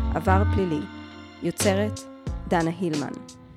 עבר פלילי. יוצרת דנה הילמן.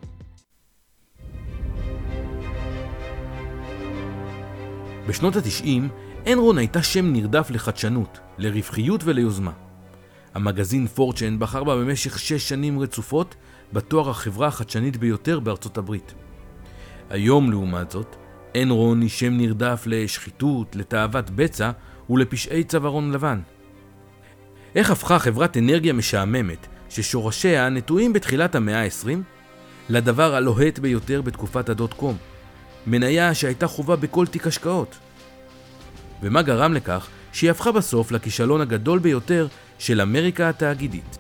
בשנות ה-90, אנרון הייתה שם נרדף לחדשנות, לרווחיות וליוזמה. המגזין פורצ'ן בחר בה במשך 6 שנים רצופות בתואר החברה החדשנית ביותר בארצות הברית. היום, לעומת זאת, אנרון היא שם נרדף לשחיתות, לתאוות בצע ולפשעי צווארון לבן. איך הפכה חברת אנרגיה משעממת, ששורשיה נטועים בתחילת המאה ה-20, לדבר הלוהט ביותר בתקופת הדוט-קום, מניה שהייתה חובה בכל תיק השקעות? ומה גרם לכך שהיא הפכה בסוף לכישלון הגדול ביותר של אמריקה התאגידית?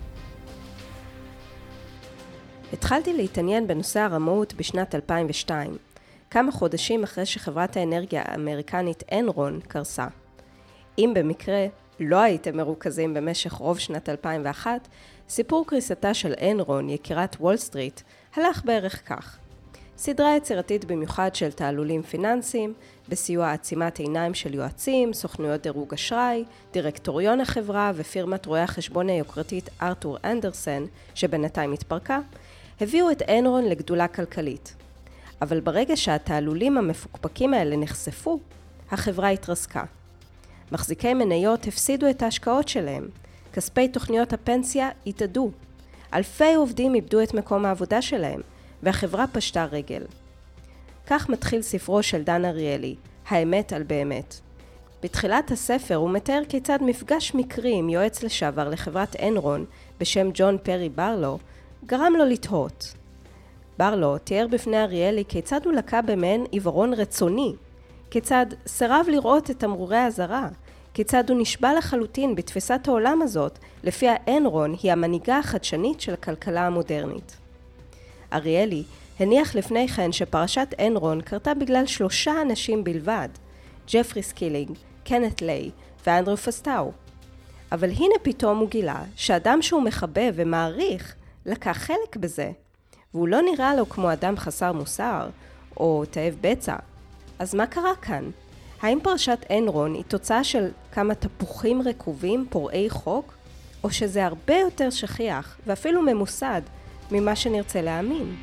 התחלתי להתעניין בנושא הרמאות בשנת 2002, כמה חודשים אחרי שחברת האנרגיה האמריקנית אנרון קרסה. אם במקרה לא הייתם מרוכזים במשך רוב שנת 2001, סיפור קריסתה של אנרון, יקירת וול סטריט, הלך בערך כך. סדרה יצירתית במיוחד של תעלולים פיננסיים, בסיוע עצימת עיניים של יועצים, סוכנויות דירוג אשראי, דירקטוריון החברה ופירמת רואי החשבון היוקרתית ארתור אנדרסן, שבינתיים התפרקה, הביאו את אנרון לגדולה כלכלית. אבל ברגע שהתעלולים המפוקפקים האלה נחשפו, החברה התרסקה. מחזיקי מניות הפסידו את ההשקעות שלהם, כספי תוכניות הפנסיה התאדו, אלפי עובדים איבדו את מקום העבודה שלהם, והחברה פשטה רגל. כך מתחיל ספרו של דן אריאלי, האמת על באמת. בתחילת הספר הוא מתאר כיצד מפגש מקרי עם יועץ לשעבר לחברת אנרון בשם ג'ון פרי ברלו, גרם לו לתהות. ברלו תיאר בפני אריאלי כיצד הוא לקה במעין עיוורון רצוני, כיצד סירב לראות את תמרורי האזהרה, כיצד הוא נשבע לחלוטין בתפיסת העולם הזאת, לפיה אנרון היא המנהיגה החדשנית של הכלכלה המודרנית. אריאלי הניח לפני כן שפרשת אנרון קרתה בגלל 3 אנשים בלבד, ג'פרי סקילינג, קנת ליי ואנדרו פסטאו. אבל הנה פתאום הוא גילה שאדם שהוא מחבב ומעריך לקח חלק בזה, והוא לא נראה לו כמו אדם חסר מוסר או תאב בצע. אז מה קרה כאן? האם פרשת אנרון היא תוצאה של כמה תפוחים רקובים פורעי חוק, או שזה הרבה יותר שכיח ואפילו ממוסד ממה שנרצה להאמין?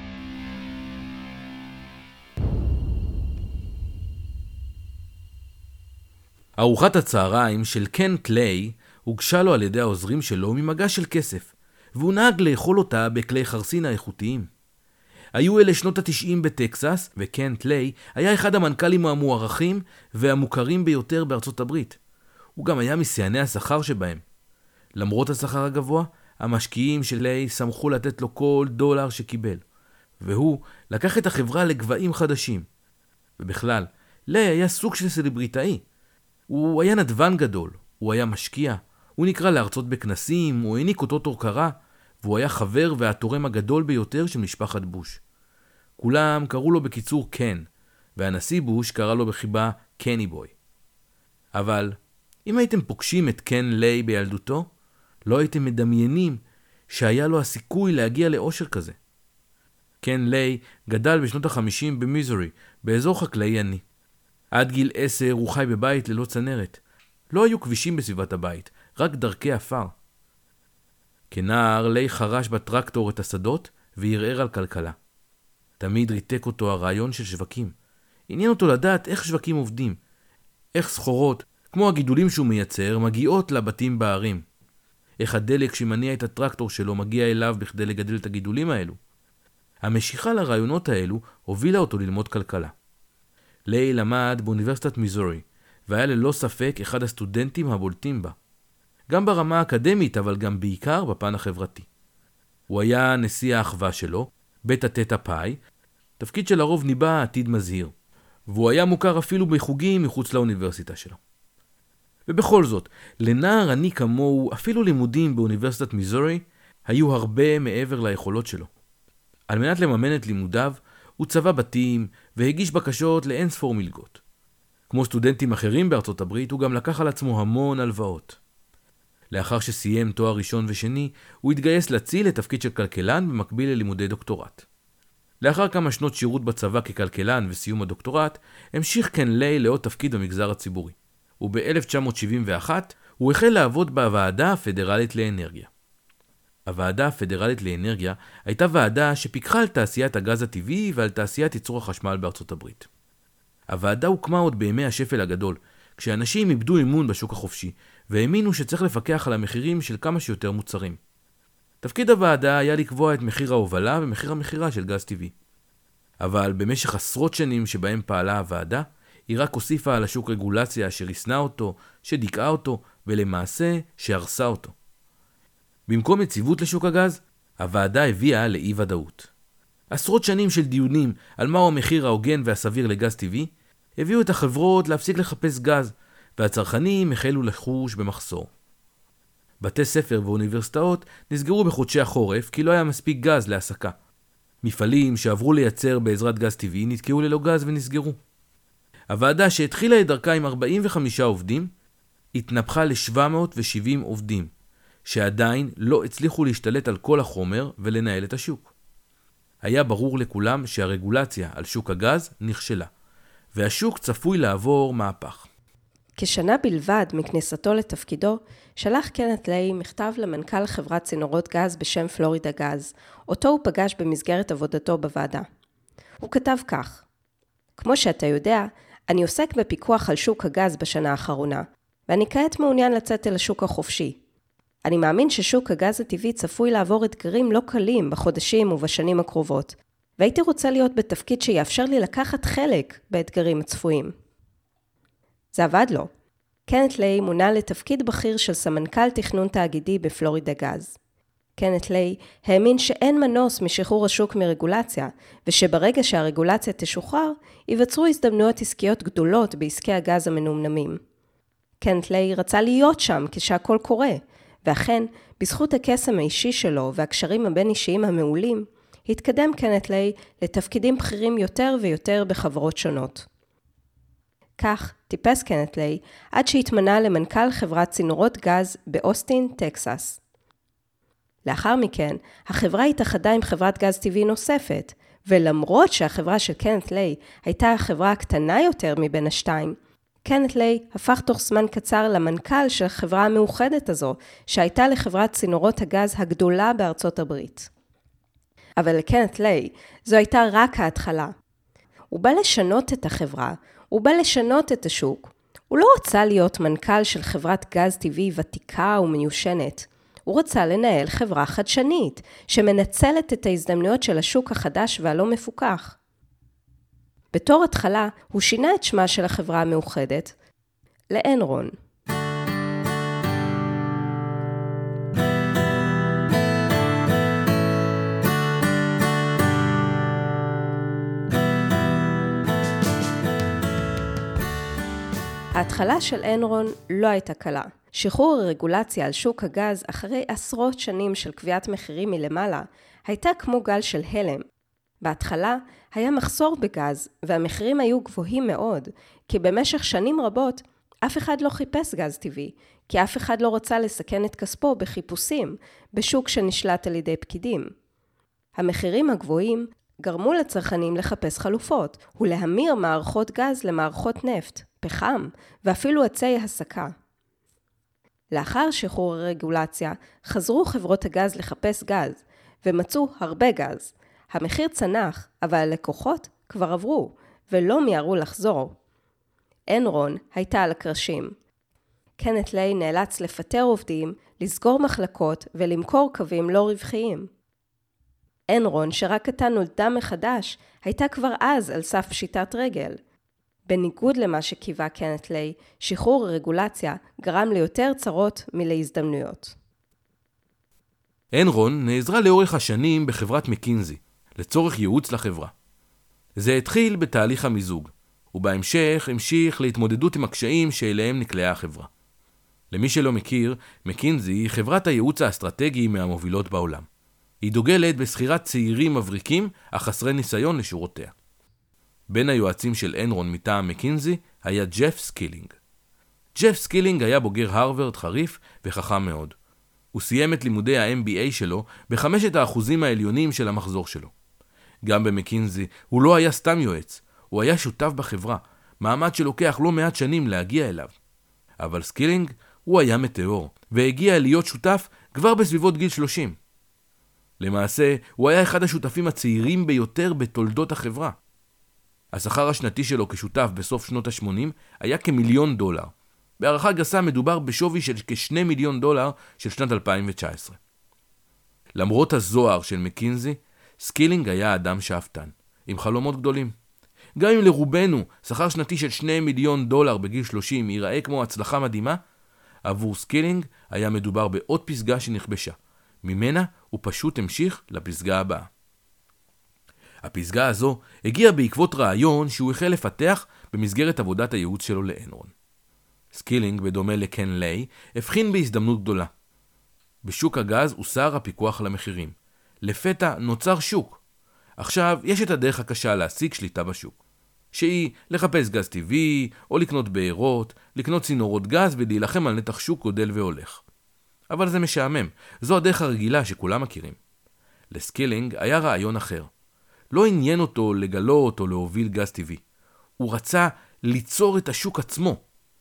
ארוחת הצהריים של קן קליי הוגשה לו על ידי העוזרים שלו ממגש של כסף, והוא נהג לאכול אותה בכלי חרסין האיכותיים. היו אלה שנות ה-90 בטקסס, וקן קליי היה אחד המנכ"לים המוערכים והמוכרים ביותר בארצות הברית. הוא גם היה משיאני השכר שבהם. למרות השכר הגבוה, המשקיעים של ליי שמחו לתת לו כל דולר שקיבל, והוא לקח את החברה לגבהים חדשים. ובכלל, ליי היה סוג של סלבריטאי. הוא היה נדבן גדול, הוא היה משקיע, הוא נקרא להרצות בכנסים, הוא העניק אותות הוקרה, והוא היה חבר והתורם הגדול ביותר של משפחת בוש. כולם קראו לו בקיצור קן, והנשיא בוש קרא לו בחיבה קני בוי. אבל אם הייתם פוגשים את קן ליי בילדותו, לא הייתם מדמיינים שהיה לו הסיכוי להגיע לאושר כזה. קן ליי גדל בשנות ה-50 במיזורי, באזור חקלאי עני. עד גיל 10 הוא חי בבית ללא צנרת. לא היו כבישים בסביבת הבית, רק דרכי עפר. כנער ליי חרש בטרקטור את השדות וערער על כלכלה. תמיד ריתק אותו הרעיון של שווקים. עניין אותו לדעת איך שווקים עובדים, איך סחורות, כמו הגידולים שהוא מייצר, מגיעות לבתים בערים. איך הדלק שמניע את הטרקטור שלו מגיע אליו בכדי לגדל את הגידולים האלו. המשיכה לרעיונות האלו הובילה אותו ללמוד כלכלה. ליי למד באוניברסיטת מיזורי, והיה ללא ספק אחד הסטודנטים הבולטים בה. גם ברמה האקדמית, אבל גם בעיקר בפן החברתי. הוא היה נשיא האחווה שלו, בית התטא פאי, תפקיד שלרוב ניבא עתיד מזהיר, והוא היה מוכר אפילו בחוגים מחוץ לאוניברסיטה שלו. ובכל זאת, לנער עני כמוהו, אפילו לימודים באוניברסיטת מיזורי, היו הרבה מעבר ליכולות שלו. על מנת לממן את לימודיו, הוא צבע בתים והגיש בקשות לאין ספור מלגות. כמו סטודנטים אחרים בארצות הברית, הוא גם לקח על עצמו המון הלוואות. לאחר שסיים תואר ראשון ושני, הוא התגייס להציל לתפקיד של כלכלן במקביל ללימודי דוקטורט. לאחר כמה שנות שירות בצבא ככלכלן וסיום הדוקטורט, המשיך קן ליי לעוד תפקיד במגזר הציבורי. וב-1971 הוא החל לעבוד בוועדה הפדרלית לאנרגיה. הוועדה הפדרלית לאנרגיה הייתה ועדה שפיקחה על תעשיית הגז הטבעי ועל תעשיית ייצור החשמל בארצות הברית. הוועדה הוקמה עוד בימי השפל הגדול, כשאנשים איבדו אמון בשוק החופשי, והאמינו שצריך לפקח על המחירים של כמה שיותר מוצרים. תפקיד הוועדה היה לקבוע את מחיר ההובלה ומחיר המחירה של גז טבעי. אבל במשך עשרות שנים שבהם פעלה הוועדה, היא רק הוסיפה על השוק רגולציה אשר הסנה אותו, שדיכאה אותו, ולמעשה שהרסה אותו. במקום יציבות לשוק הגז, הוועדה הביאה לאי ודאות. עשרות שנים של דיונים על מהו המחיר ההוגן והסביר לגז טבעי, הביאו את החברות להפסיק לחפש גז, והצרכנים החלו לחוש במחסור. בתי ספר ואוניברסיטאות נסגרו בחודשי החורף כי לא היה מספיק גז להסקה. מפעלים שעברו לייצר בעזרת גז טבעי נתקעו ללא גז ונסגרו. הוועדה שהתחילה את דרכה עם 45 עובדים, התנפחה ל-770 עובדים, שעדיין לא הצליחו להשתלט על כל החומר ולנהל את השוק. היה ברור לכולם שהרגולציה על שוק הגז נכשלה, והשוק צפוי לעבור מהפך. כשנה בלבד מכניסתו לתפקידו, שלח קנת ליי מכתב למנכ"ל חברת צינורות גז בשם פלורידה גז, אותו הוא פגש במסגרת עבודתו בוועדה. הוא כתב כך: כמו שאתה יודע, אני עוסק בפיקוח על שוק הגז בשנה האחרונה, ואני כעת מעוניין לצאת אל השוק החופשי. אני מאמין ששוק הגז הטבעי צפוי לעבור אתגרים לא קלים בחודשים ובשנים הקרובות, והייתי רוצה להיות בתפקיד שיאפשר לי לקחת חלק באתגרים הצפויים. זה עבד לו. קנת ליי מונה לתפקיד בכיר של סמנכ"ל תכנון תאגידי בפלורידה גז. קנת ליי האמין שאין מנוס משחרור השוק מרגולציה, ושברגע שהרגולציה תשוחרר, ייווצרו הזדמנויות עסקיות גדולות בעסקי הגז המנומנמים. קנת ליי רצה להיות שם כשהכל קורה, ואכן, בזכות הקסם האישי שלו והקשרים הבין-אישיים המעולים, התקדם קנת ליי לתפקידים בכירים יותר ויותר בחברות שונות. כך טיפס קנת ליי עד שהתמנה למנכ"ל חברת צינורות גז באוסטין, טקסס. לאחר מכן, החברה התאחדה עם חברת גז טבעי נוספת, ולמרות שהחברה של קנת ליי הייתה החברה הקטנה יותר מבין השתיים, קנת ליי הפך תוך זמן קצר למנכ"ל של החברה המאוחדת הזו, שהייתה לחברת צינורות הגז הגדולה בארצות הברית. אבל לקנת ליי זו הייתה רק ההתחלה. הוא בא לשנות את החברה, הוא בא לשנות את השוק. הוא לא רצה להיות מנכ"ל של חברת גז טבעי ותיקה ומיושנת. הוא רצה לנהל חברה חדשנית, שמנצלת את ההזדמנויות של השוק החדש והלא מפוקח. בתור התחלה, הוא שינה את שמה של החברה המאוחדת לאנרון. ההתחלה של אנרון לא הייתה קלה. שחרור הרגולציה על שוק הגז אחרי עשרות שנים של קביעת מחירים מלמעלה, הייתה כמו גל של הלם. בהתחלה היה מחסור בגז, והמחירים היו גבוהים מאוד, כי במשך שנים רבות אף אחד לא חיפש גז טבעי, כי אף אחד לא רצה לסכן את כספו בחיפושים, בשוק שנשלט על ידי פקידים. המחירים הגבוהים גרמו לצרכנים לחפש חלופות, ולהמיר מערכות גז למערכות נפט, פחם, ואפילו עצי הסקה. לאחר שחרור הרגולציה, חזרו חברות הגז לחפש גז, ומצאו הרבה גז. המחיר צנח, אבל הלקוחות כבר עברו, ולא מיהרו לחזור. אנרון הייתה על הקרשים. קנת ליי נאלץ לפטר עובדים, לסגור מחלקות ולמכור קווים לא רווחיים. אנרון, שרק עתה נולדה מחדש, הייתה כבר אז על סף פשיטת רגל. בניגוד למה שקיווה קנת ליי, שחרור הרגולציה גרם ליותר צרות מלהזדמנויות. אנרון נעזרה לאורך השנים בחברת מקינזי, לצורך ייעוץ לחברה. זה התחיל בתהליך המיזוג, ובהמשך המשיך להתמודדות עם הקשיים שאליהם נקלעה החברה. למי שלא מכיר, מקינזי היא חברת הייעוץ האסטרטגי מהמובילות בעולם. היא דוגלת בסחירת צעירים מבריקים, אך חסרי ניסיון לשורותיה. בין היועצים של אנרון מטעם מקינזי היה ג'ף סקילינג. ג'ף סקילינג היה בוגר הרווארד חריף וחכם מאוד. הוא סיים את לימודי ה-MBA שלו ב5% העליונים של המחזור שלו. גם במקינזי הוא לא היה סתם יועץ, הוא היה שותף בחברה, מעמד שלוקח לא מעט שנים להגיע אליו. אבל סקילינג הוא היה מטאור, והגיע להיות שותף כבר בסביבות גיל 30. למעשה, הוא היה אחד השותפים הצעירים ביותר בתולדות החברה. השכר השנתי שלו כשותף בסוף שנות ה-80 היה כ$1,000,000. בהערכה גסה מדובר בשווי של כ$2,000,000 של שנת 2019. למרות הזוהר של מקינזי, סקילינג היה אדם שאפתן, עם חלומות גדולים. גם אם לרובנו שכר שנתי של $2,000,000 בגיל 30 ייראה כמו הצלחה מדהימה, עבור סקילינג היה מדובר בעוד פסגה שנכבשה. ממנה הוא פשוט המשיך לפסגה הבאה. הפסגה הזו הגיעה בעקבות רעיון שהוא החל לפתח במסגרת עבודת הייעוץ שלו לאנרון. סקילינג, בדומה לקן ליי, הבחין בהזדמנות גדולה. בשוק הגז הוסר הפיקוח על המחירים. לפתע נוצר שוק. עכשיו יש את הדרך הקשה להשיג שליטה בשוק, שהיא לחפש גז טבעי, או לקנות בארות, לקנות צינורות גז ולהילחם על נתח שוק גודל והולך. אבל זה משעמם, זו הדרך הרגילה שכולם מכירים. לסקילינג היה רעיון אחר. לא עניין אותו לגלות או להוביל גז טבעי. הוא רצה ליצור את השוק עצמו.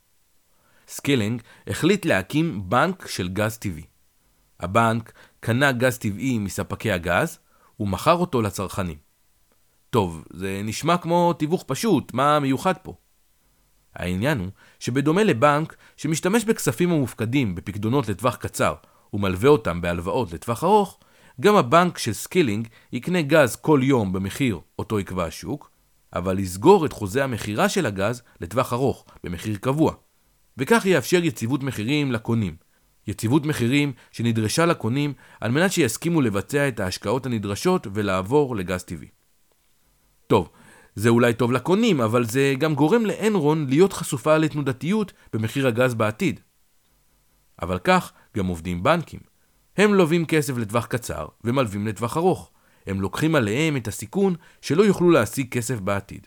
סקילינג החליט להקים בנק של גז טבעי. הבנק קנה גז טבעי מספקי הגז, ומכר אותו לצרכנים. טוב, זה נשמע כמו תיווך פשוט, מה מיוחד פה? העניין הוא שבדומה לבנק שמשתמש בכספים המופקדים בפקדונות לטווח קצר, ומלווה אותם בהלוואות לטווח ארוך, גם הבנק של סקילינג יקנה גז כל יום במחיר אותו יקבע השוק, אבל יסגור את חוזה המחירה של הגז לטווח ארוך במחיר קבוע, וכך יאפשר יציבות מחירים לקונים. יציבות מחירים שנדרשה לקונים על מנת שיסכימו לבצע את ההשקעות הנדרשות ולעבור לגז טבעי. טוב, זה אולי טוב לקונים, אבל זה גם גורם לאנרון להיות חשופה לתנודתיות במחיר הגז בעתיד. אבל כך גם עובדים בנקים. הם לווים כסף לטווח קצר ומלווים לטווח ארוך. הם לוקחים עליהם את הסיכון שלא יוכלו להשיג כסף בעתיד.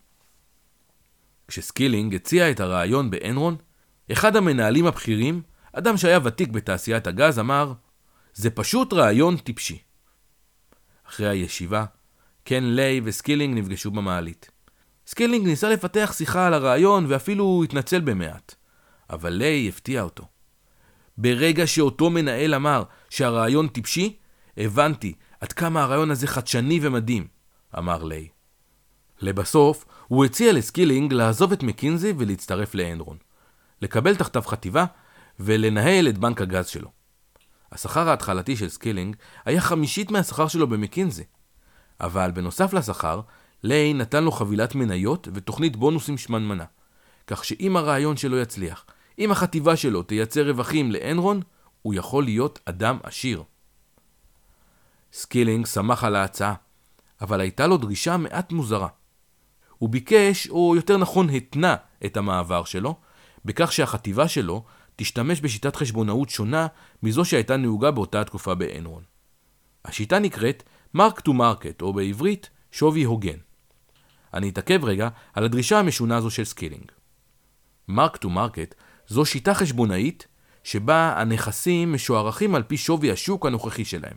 כשסקילינג הציע את הרעיון באנרון, אחד המנהלים הבכירים, אדם שהיה ותיק בתעשיית הגז, אמר, זה פשוט רעיון טיפשי. אחרי הישיבה, קן ליי וסקילינג נפגשו במעלית. סקילינג ניסה לפתח שיחה על הרעיון ואפילו התנצל במעט. אבל ליי הפתיע אותו. ברגע שאותו מנהל אמר שהרעיון טיפשי, הבנתי עד כמה הרעיון הזה חדשני ומדהים, אמר ליי. לבסוף, הוא הציע לסקילינג לעזוב את מקינזי ולהצטרף לאנרון, לקבל תחתיו חטיבה ולנהל את בנק הגז שלו. השכר ההתחלתי של סקילינג היה 1/5 מהשכר שלו במקינזי. אבל בנוסף לשכר, ליי נתן לו חבילת מניות ותוכנית בונוסים שמנמנה, כך שאם הרעיון שלו יצליח, אם החטיבה שלו תייצר רווחים לאנרון, הוא יכול להיות אדם עשיר. סקילינג שמח על ההצעה, אבל הייתה לו דרישה מעט מוזרה. הוא ביקש, או יותר נכון התנה את המעבר שלו, בכך שהחטיבה שלו תשתמש בשיטת חשבונאות שונה מזו שהייתה נהוגה באותה התקופה באנרון. השיטה נקראת mark to market, או בעברית שווי הוגן. אני אתעכב רגע על הדרישה המשונה הזו של סקילינג. mark to market זו שיטה חשבונאית שבה הנכסים משוערכים על פי שווי השוק הנוכחי שלהם.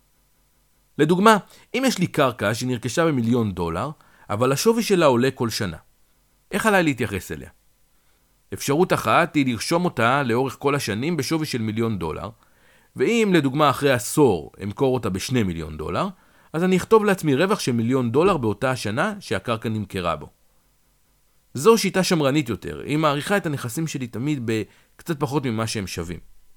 לדוגמה, אם יש לי קרקע שנרכשה ב$1,000,000, אבל השווי שלה עולה כל שנה, איך עליי להתייחס אליה? אפשרות אחת היא לרשום אותה לאורך כל השנים בשווי של $1,000,000, ואם לדוגמה אחרי עשור אמכור אותה ב$2,000,000, אז אני אכתוב לעצמי רווח של $1,000,000 באותה השנה שהקרקע נמכרה בו. זו שיטה שמרנית יותר, היא מעריכה את הנכסים שלי תמיד בקצת פחות ממה שהם שווים.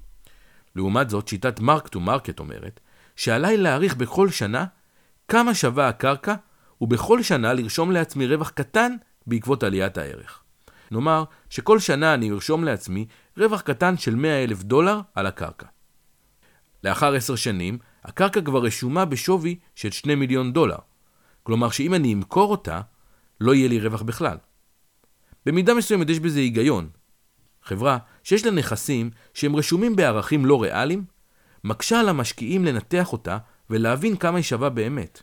לעומת זאת, שיטת mark to market אומרת שעליי להעריך בכל שנה כמה שווה הקרקע, ובכל שנה לרשום לעצמי רווח קטן בעקבות עליית הערך. נאמר שכל שנה אני ארשום לעצמי רווח קטן של $100,000 על הקרקע. לאחר 10 שנים, הקרקע כבר רשומה בשווי של $2,000,000. כלומר שאם אני אמכור אותה, לא יהיה לי רווח בכלל. במידה מסוימת יש בזה היגיון. חברה שיש לה נכסים שהם רשומים בערכים לא ריאליים, מקשה על המשקיעים לנתח אותה ולהבין כמה היא שווה באמת.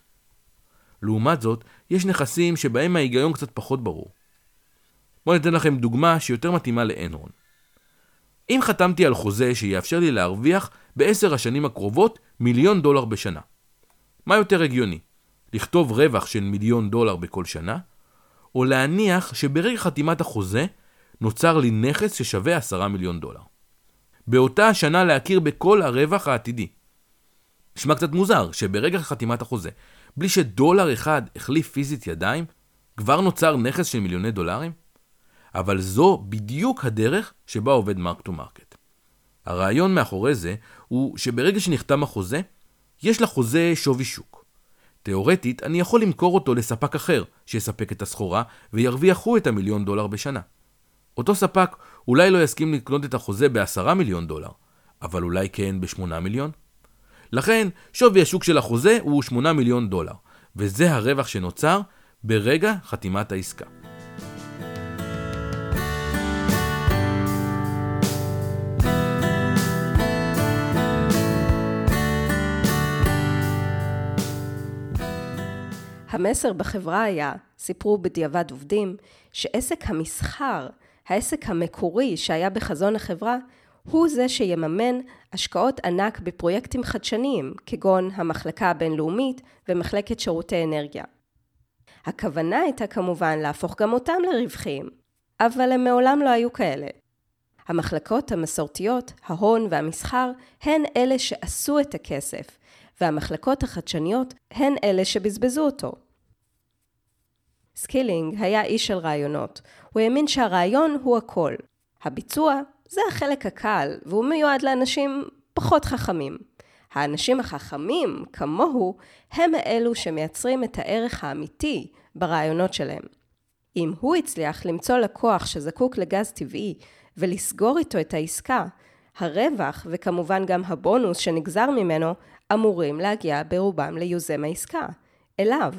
לעומת זאת, יש נכסים שבהם ההיגיון קצת פחות ברור. בואו ניתן לכם דוגמה שיותר מתאימה לאנרון. אם חתמתי על חוזה שיאפשר לי להרוויח ב10 השנים הקרובות $1,000,000 בשנה, מה יותר הגיוני? לכתוב רווח של $1,000,000 בכל שנה, או להניח שברגע חתימת החוזה נוצר לי נכס ששווה $10,000,000. באותה השנה להכיר בכל הרווח העתידי. נשמע קצת מוזר שברגע חתימת החוזה, בלי שדולר אחד החליף פיזית ידיים, כבר נוצר נכס של מיליוני דולרים? אבל זו בדיוק הדרך שבה עובד מרק טו מרקט. הרעיון מאחורי זה הוא שברגע שנחתם החוזה, יש לחוזה שווי שוק. תיאורטית, אני יכול למכור אותו לספק אחר שיספק את הסחורה וירוויחו את $1,000,000 בשנה. אותו ספק אולי לא יסכים לקנות את החוזה $10 מיליון, אבל אולי כן $8 מיליון. לכן, שווי השוק של החוזה הוא $8 מיליון, וזה הרווח שנוצר ברגע חתימת העסקה. המסר בחברה היה, סיפרו בדיעבד עובדים, שעסק המסחר, העסק המקורי שהיה בחזון החברה, הוא זה שיממן השקעות ענק בפרויקטים חדשניים, כגון המחלקה הבינלאומית ומחלקת שירותי אנרגיה. הכוונה הייתה כמובן להפוך גם אותם לרווחיים, אבל הם מעולם לא היו כאלה. המחלקות המסורתיות, ההון והמסחר, הן אלה שעשו את הכסף, והמחלקות החדשניות הן אלה שבזבזו אותו. סקילינג היה איש של רעיונות. הוא האמין שהרעיון הוא הכל. הביצוע זה החלק הקל, והוא מיועד לאנשים פחות חכמים. האנשים החכמים, כמוהו, הם האלו שמייצרים את הערך האמיתי ברעיונות שלהם. אם הוא הצליח למצוא לקוח שזקוק לגז טבעי ולסגור איתו את העסקה, הרווח וכמובן גם הבונוס שנגזר ממנו אמורים להגיע ברובם ליוזם העסקה, אליו.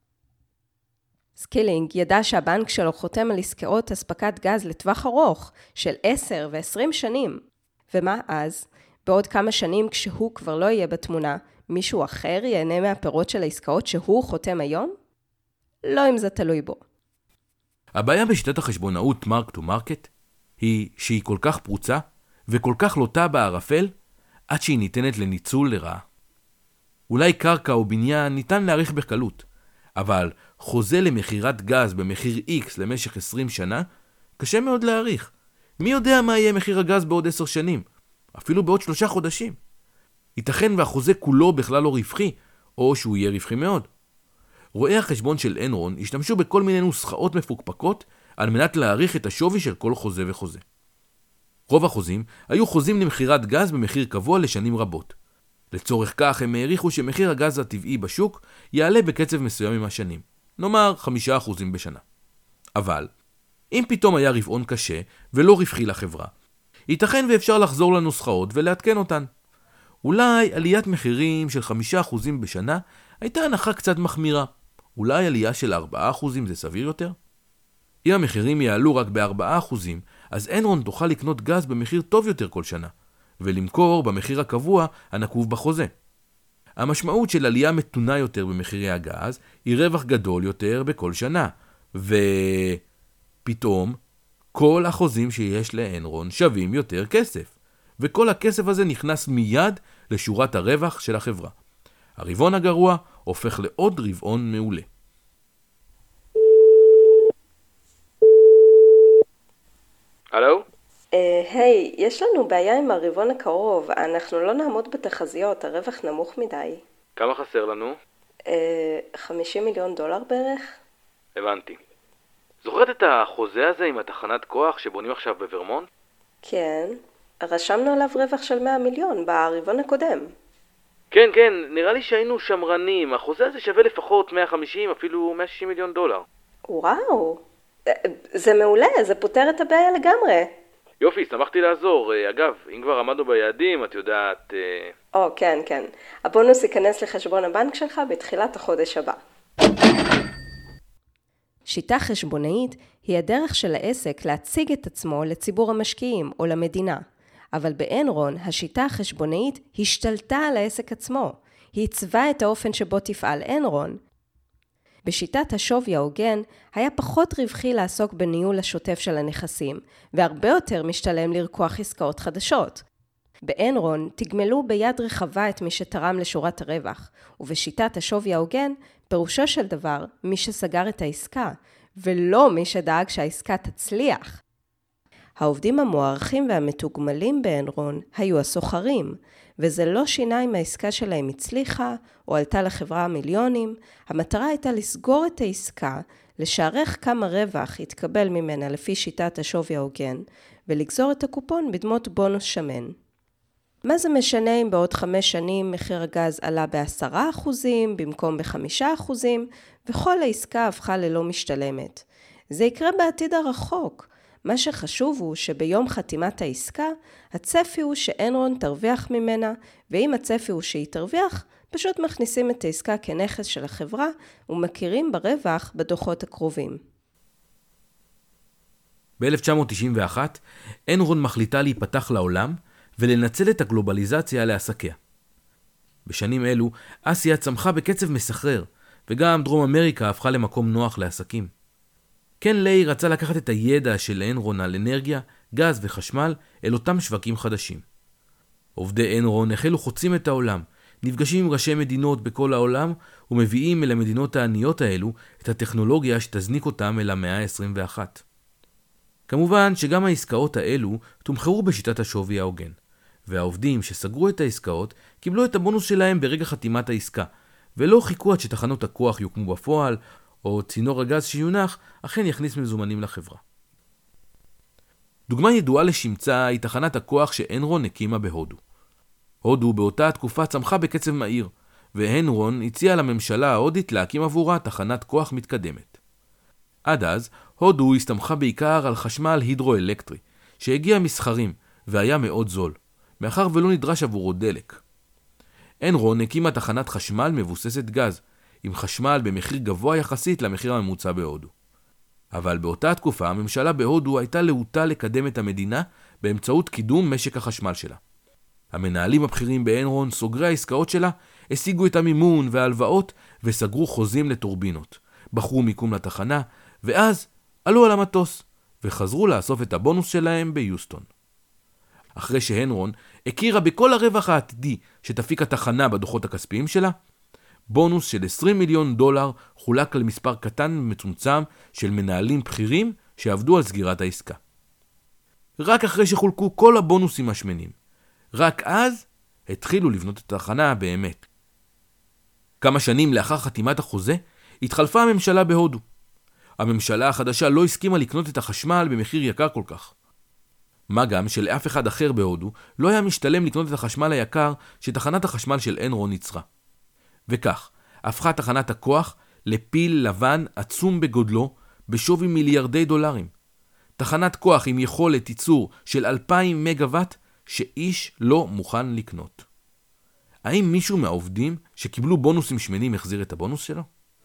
סקילינג ידע שהבנק שלו חותם על עסקאות הספקת גז לטווח ארוך של 10 ו-20 שנים. ומה אז? בעוד כמה שנים כשהוא כבר לא יהיה בתמונה, מישהו אחר ייהנה מהפירות של העסקאות שהוא חותם היום? לא אם זה תלוי בו. הבעיה בשיטת החשבונאות מרק טו מרקט היא שהיא כל כך פרוצה וכל כך לוטה בערפל עד שהיא ניתנת לניצול לרעה. אולי קרקע או בניין ניתן להעריך בקלות, אבל חוזה למחירת גז במחיר X למשך 20 שנה קשה מאוד להעריך. מי יודע מה יהיה מחיר הגז בעוד 10 שנים? אפילו בעוד 3 חודשים. ייתכן והחוזה כולו בכלל לא רווחי, או שהוא יהיה רווחי מאוד. רואי החשבון של אנרון השתמשו בכל מיני נוסחאות מפוקפקות על מנת להעריך את השווי של כל חוזה וחוזה. רוב החוזים היו חוזים למחירת גז במחיר קבוע לשנים רבות. לצורך כך הם העריכו שמחיר הגז הטבעי בשוק יעלה בקצב מסוים עם השנים, נאמר 5% בשנה. אבל, אם פתאום היה רבעון קשה ולא רווחי לחברה, ייתכן ואפשר לחזור לנוסחאות ולעדכן אותן. אולי עליית מחירים של 5% בשנה הייתה הנחה קצת מחמירה. אולי עלייה של 4% זה סביר יותר? אם המחירים יעלו רק ב4%, אז אנרון תוכל לקנות גז במחיר טוב יותר כל שנה, ולמכור במחיר הקבוע הנקוב בחוזה. המשמעות של עלייה מתונה יותר במחירי הגז היא רווח גדול יותר בכל שנה, ופתאום כל החוזים שיש לאנרון שווים יותר כסף, וכל הכסף הזה נכנס מיד לשורת הרווח של החברה. הרבעון הגרוע הופך לעוד רבעון מעולה. הלו? היי, יש לנו בעיה עם הרבעון הקרוב, אנחנו לא נעמוד בתחזיות, הרווח נמוך מדי. כמה חסר לנו? $50 מיליון בערך? הבנתי. זוכרת את החוזה הזה עם התחנת כוח שבונים עכשיו בוורמונט? כן, רשמנו עליו רווח של 100 מיליון ברבעון הקודם. כן, נראה לי שהיינו שמרנים, החוזה הזה שווה לפחות 150, אפילו $160 מיליון. וואו, זה מעולה, זה פותר את הבעיה לגמרי. יופי, שמחתי לעזור. אגב, אם כבר עמדנו ביעדים, את יודעת... כן. הבונוס ייכנס לחשבון הבנק שלך בתחילת החודש הבא. שיטה חשבונאית היא הדרך של העסק להציג את עצמו לציבור המשקיעים או למדינה. אבל באנרון השיטה החשבונאית השתלטה על העסק עצמו. היא עיצבה את האופן שבו תפעל אנרון. בשיטת השווי ההוגן היה פחות רווחי לעסוק בניהול השוטף של הנכסים, והרבה יותר משתלם לרקוח עסקאות חדשות. באנרון תגמלו ביד רחבה את מי שתרם לשורת הרווח, ובשיטת השווי ההוגן פירושו של דבר מי שסגר את העסקה, ולא מי שדאג שהעסקה תצליח. העובדים המוערכים והמתוגמלים באנרון היו הסוחרים, וזה לא שינה אם העסקה שלהם הצליחה או עלתה לחברה מיליונים. המטרה הייתה לסגור את העסקה, לשערך כמה רווח יתקבל ממנה לפי שיטת השווי ההוגן, ולגזור את הקופון בדמות בונוס שמן. מה זה משנה אם בעוד 5 שנים מחיר הגז עלה ב10% במקום ב5%, וכל העסקה הפכה ללא משתלמת? זה יקרה בעתיד הרחוק. מה שחשוב הוא שביום חתימת העסקה, הצפי הוא שאנרון תרוויח ממנה, ואם הצפי הוא שהיא תרוויח, פשוט מכניסים את העסקה כנכס של החברה, ומכירים ברווח בדוחות הקרובים. ב-1991, אנרון מחליטה להיפתח לעולם, ולנצל את הגלובליזציה לעסקיה. בשנים אלו, אסיה צמחה בקצב מסחרר, וגם דרום אמריקה הפכה למקום נוח לעסקים. קן ליי רצה לקחת את הידע של אנרון על אנרגיה, גז וחשמל אל אותם שווקים חדשים. עובדי אנרון החלו חוצים את העולם, נפגשים עם ראשי מדינות בכל העולם, ומביאים אל המדינות העניות האלו את הטכנולוגיה שתזניק אותם אל המאה ה-21. כמובן שגם העסקאות האלו תומחרו בשיטת השווי ההוגן, והעובדים שסגרו את העסקאות קיבלו את הבונוס שלהם ברגע חתימת העסקה, ולא חיכו עד שתחנות הכוח יוקמו בפועל, או צינור הגז שיונח אכן יכניס מזומנים לחברה. דוגמה ידועה לשמצה היא תחנת הכוח שאנרון הקימה בהודו. הודו באותה התקופה צמחה בקצב מהיר, ואנרון הציע לממשלה ההודית להקים עבורה תחנת כוח מתקדמת. עד אז, הודו הסתמכה בעיקר על חשמל הידרואלקטרי, שהגיע מסחרים והיה מאוד זול, מאחר ולא נדרש עבורו דלק. אנרון הקימה תחנת חשמל מבוססת גז, עם חשמל במחיר גבוה יחסית למחיר הממוצע בהודו. אבל באותה התקופה הממשלה בהודו הייתה להוטה לקדם את המדינה באמצעות קידום משק החשמל שלה. המנהלים הבכירים באנרון, סוגרי העסקאות שלה, השיגו את המימון וההלוואות וסגרו חוזים לטורבינות, בחרו מיקום לתחנה, ואז עלו על המטוס וחזרו לאסוף את הבונוס שלהם ביוסטון. אחרי שאנרון הכירה בכל הרווח העתידי שתפיק התחנה בדוחות הכספיים שלה, בונוס של $20 מיליון חולק למספר קטן ומצומצם של מנהלים בכירים שעבדו על סגירת העסקה. רק אחרי שחולקו כל הבונוסים השמנים, רק אז התחילו לבנות את התחנה באמת. כמה שנים לאחר חתימת החוזה, התחלפה הממשלה בהודו. הממשלה החדשה לא הסכימה לקנות את החשמל במחיר יקר כל כך. מה גם שלאף אחד אחר בהודו לא היה משתלם לקנות את החשמל היקר שתחנת החשמל של אנרון ייצרה. וכך, הפכה תחנת הכוח לפיל לבן עצום בגודלו בשווי $מיליארדי. תחנת כוח עם יכולת ייצור של 2,000 מגוואט שאיש לא מוכן לקנות. האם מישהו מהעובדים שקיבלו בונוסים שמנים החזיר את הבונוס שלו?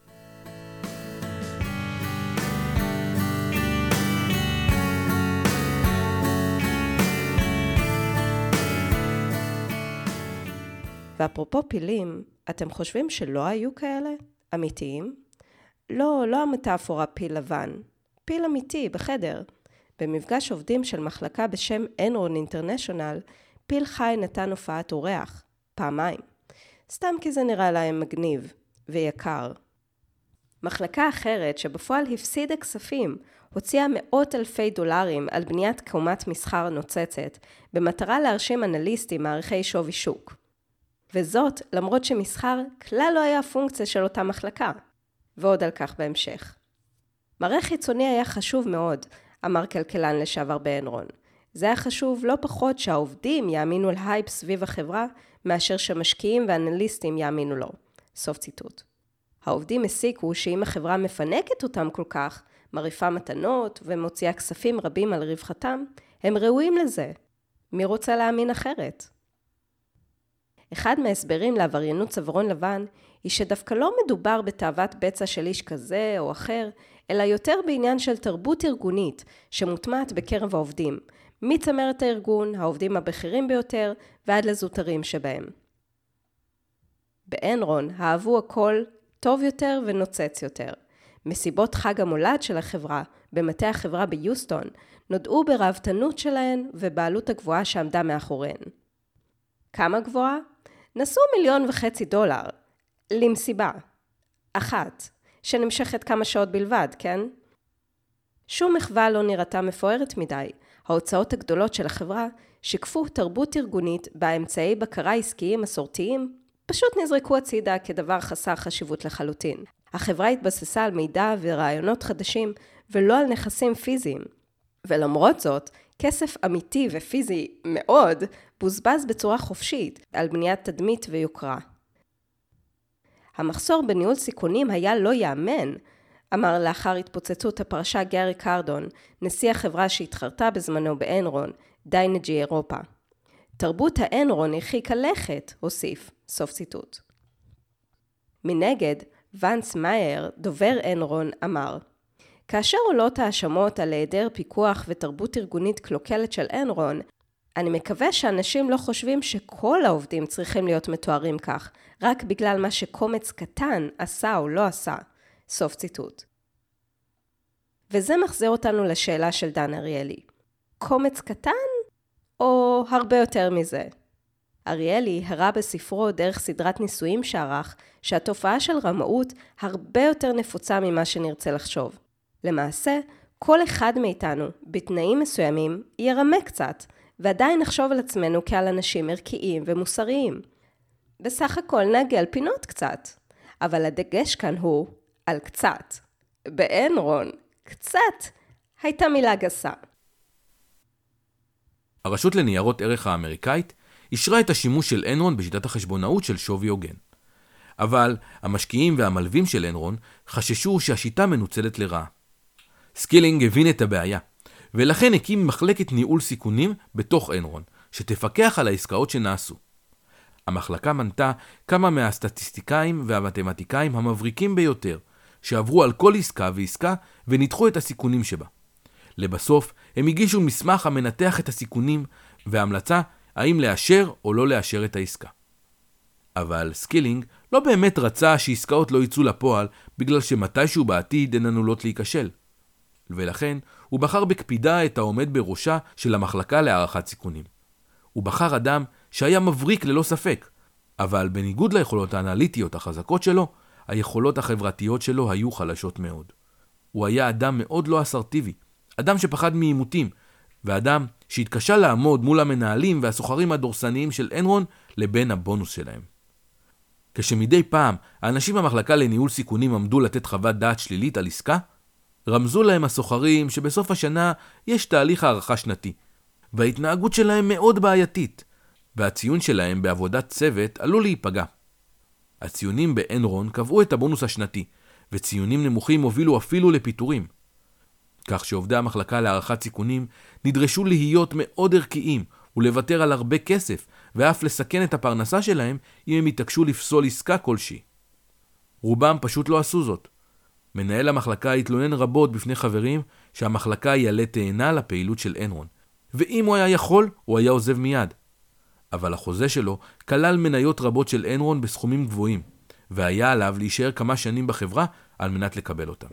ואפרופו פילים, אתם חושבים שלא היו כאלה? אמיתיים? לא המטאפורה פיל לבן. פיל אמיתי בחדר. במפגש עובדים של מחלקה בשם אנרון אינטרנשיונל, פיל חי נתן הופעת אורח, פעמיים. סתם כי זה נראה להם מגניב ויקר. מחלקה אחרת שבפועל הפסידה כספים, הוציאה $100,000 על בניית קומת מסחר נוצצת, במטרה להרשים אנליסטים מעריכי שווי שוק. וזאת למרות שמסחר כלל לא היה פונקציה של אותה מחלקה, ועוד על כך בהמשך. מראה חיצוני היה חשוב מאוד, אמר כלכלן לשעבר באנרון. זה היה חשוב לא פחות שהעובדים יאמינו להייפ סביב החברה, מאשר שמשקיעים ואנליסטים יאמינו לו. סוף ציטוט. העובדים הסיקו שאם החברה מפנקת אותם כל כך, מריפה מתנות ומוציאה כספים רבים על רווחתם, הם ראויים לזה. מי רוצה להאמין אחרת? אחד מההסברים לעבריינות צווארון לבן היא שדווקא לא מדובר בתאוות בצע של איש כזה או אחר, אלא יותר בעניין של תרבות ארגונית שמוטמעת בקרב העובדים, מצמרת הארגון, העובדים הבכירים ביותר ועד לזוטרים שבהם. באנרון אהבו הכל טוב יותר ונוצץ יותר. מסיבות חג המולד של החברה במטה החברה ביוסטון נודעו ברהבתנות שלהן ובעלות הגבוהה שעמדה מאחוריהן. כמה גבוהה? נסו $1.5 מיליון למסיבה. אחת, שנמשכת כמה שעות בלבד, כן? שום מחווה לא נראתה מפוארת מדי, ההוצאות הגדולות של החברה שיקפו תרבות ארגונית בה אמצעי בקרה עסקיים מסורתיים פשוט נזרקו הצידה כדבר חסר חשיבות לחלוטין. החברה התבססה על מידע ורעיונות חדשים ולא על נכסים פיזיים. ולמרות זאת, כסף אמיתי ופיזי מאוד בוזבז בצורה חופשית על בניית תדמית ויוקרה. המחסור בניהול סיכונים היה לא יאמן, אמר לאחר התפוצצות הפרשה גארי קרדון, נשיא החברה שהתחרתה בזמנו באנרון, דיינג'י אירופה. תרבות האנרון הרחיקה לכת, הוסיף, סוף ציטוט. מנגד, ונס מאייר, דובר אנרון, אמר, כאשר עולות האשמות על היעדר פיקוח ותרבות ארגונית קלוקלת של אנרון, אני מקווה שאנשים לא חושבים שכל העובדים צריכים להיות מתוארים כך, רק בגלל מה שקומץ קטן עשה או לא עשה. סוף ציטוט. וזה מחזיר אותנו לשאלה של דן אריאלי. קומץ קטן או הרבה יותר מזה? אריאלי הראה בספרו דרך סדרת ניסויים שערך שהתופעה של רמאות הרבה יותר נפוצה ממה שנרצה לחשוב. למעשה, כל אחד מאיתנו בתנאים מסוימים ירמה קצת, ועדיין נחשוב על עצמנו כעל אנשים ערכיים ומוסריים. בסך הכל נעגל פינות קצת, אבל הדגש כאן הוא על קצת. באנרון, קצת הייתה מילה גסה. הרשות לניירות ערך האמריקאית אישרה את השימוש של אנרון בשיטת החשבונאות של שווי הוגן. אבל המשקיעים והמלווים של אנרון חששו שהשיטה מנוצלת לרעה. סקילינג הבין את הבעיה, ולכן הקים מחלקת ניהול סיכונים בתוך אנרון, שתפקח על העסקאות שנעשו. המחלקה מנתה כמה מהסטטיסטיקאים והמתמטיקאים המבריקים ביותר, שעברו על כל עסקה ועסקה וניתחו את הסיכונים שבה. לבסוף, הם הגישו מסמך המנתח את הסיכונים וההמלצה האם לאשר או לא לאשר את העסקה. אבל סקילינג לא באמת רצה שעסקאות לא יצאו לפועל בגלל שמתישהו בעתיד הן עלולות להיכשל. ולכן הוא בחר בקפידה את העומד בראשה של המחלקה להערכת סיכונים. הוא בחר אדם שהיה מבריק ללא ספק, אבל בניגוד ליכולות האנליטיות החזקות שלו, היכולות החברתיות שלו היו חלשות מאוד. הוא היה אדם מאוד לא אסרטיבי, אדם שפחד מעימותים, ואדם שהתקשה לעמוד מול המנהלים והסוחרים הדורסניים של אנרון לבין הבונוס שלהם. כשמדי פעם האנשים במחלקה לניהול סיכונים עמדו לתת חוות דעת שלילית על עסקה, רמזו להם הסוחרים שבסוף השנה יש תהליך הערכה שנתי, וההתנהגות שלהם מאוד בעייתית, והציון שלהם בעבודת צוות עלול להיפגע. הציונים באנרון קבעו את הבונוס השנתי, וציונים נמוכים הובילו אפילו לפיטורים. כך שעובדי המחלקה להערכת סיכונים נדרשו להיות מאוד ערכיים ולוותר על הרבה כסף, ואף לסכן את הפרנסה שלהם אם הם יתעקשו לפסול עסקה כלשהי. רובם פשוט לא עשו זאת. מנהל המחלקה התלונן רבות בפני חברים שהמחלקה היא עלה תאנה לפעילות של אנרון, ואם הוא היה יכול, הוא היה עוזב מיד. אבל החוזה שלו כלל מניות רבות של אנרון בסכומים גבוהים, והיה עליו להישאר כמה שנים בחברה על מנת לקבל אותם.